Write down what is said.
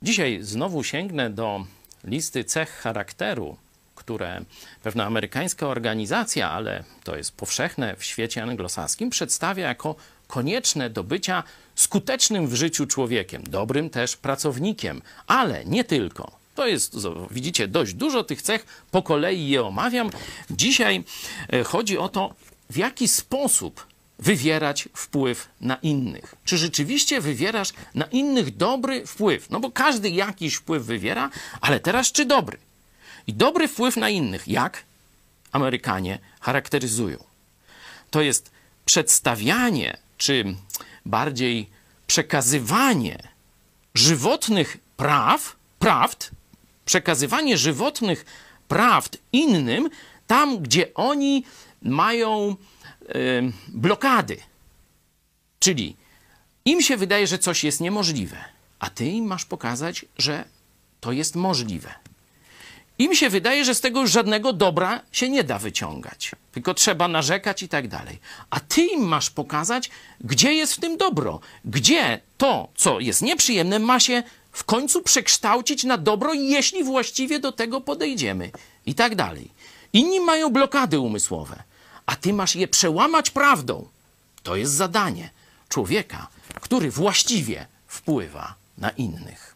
Dzisiaj znowu sięgnę do listy cech charakteru, które pewna amerykańska organizacja, ale to jest powszechne w świecie anglosaskim, przedstawia jako konieczne do bycia skutecznym w życiu człowiekiem, dobrym też pracownikiem, ale nie tylko. To jest, widzicie, dość dużo tych cech, po kolei je omawiam. Dzisiaj chodzi o to, w jaki sposób wywierać wpływ na innych. Czy rzeczywiście wywierasz na innych dobry wpływ? No bo każdy jakiś wpływ wywiera, ale teraz czy dobry? I dobry wpływ na innych, jak Amerykanie charakteryzują? To jest przedstawianie, czy bardziej przekazywanie żywotnych prawd, przekazywanie żywotnych prawd innym tam, gdzie oni mają blokady. Czyli im się wydaje, że coś jest niemożliwe, a ty im masz pokazać, że to jest możliwe. Im się wydaje, że z tego już żadnego dobra się nie da wyciągać, tylko trzeba narzekać i tak dalej. A ty im masz pokazać, gdzie jest w tym dobro, gdzie to, co jest nieprzyjemne, ma się w końcu przekształcić na dobro, jeśli właściwie do tego podejdziemy i tak dalej. Inni mają blokady umysłowe, a ty masz je przełamać prawdą. To jest zadanie człowieka, który właściwie wpływa na innych.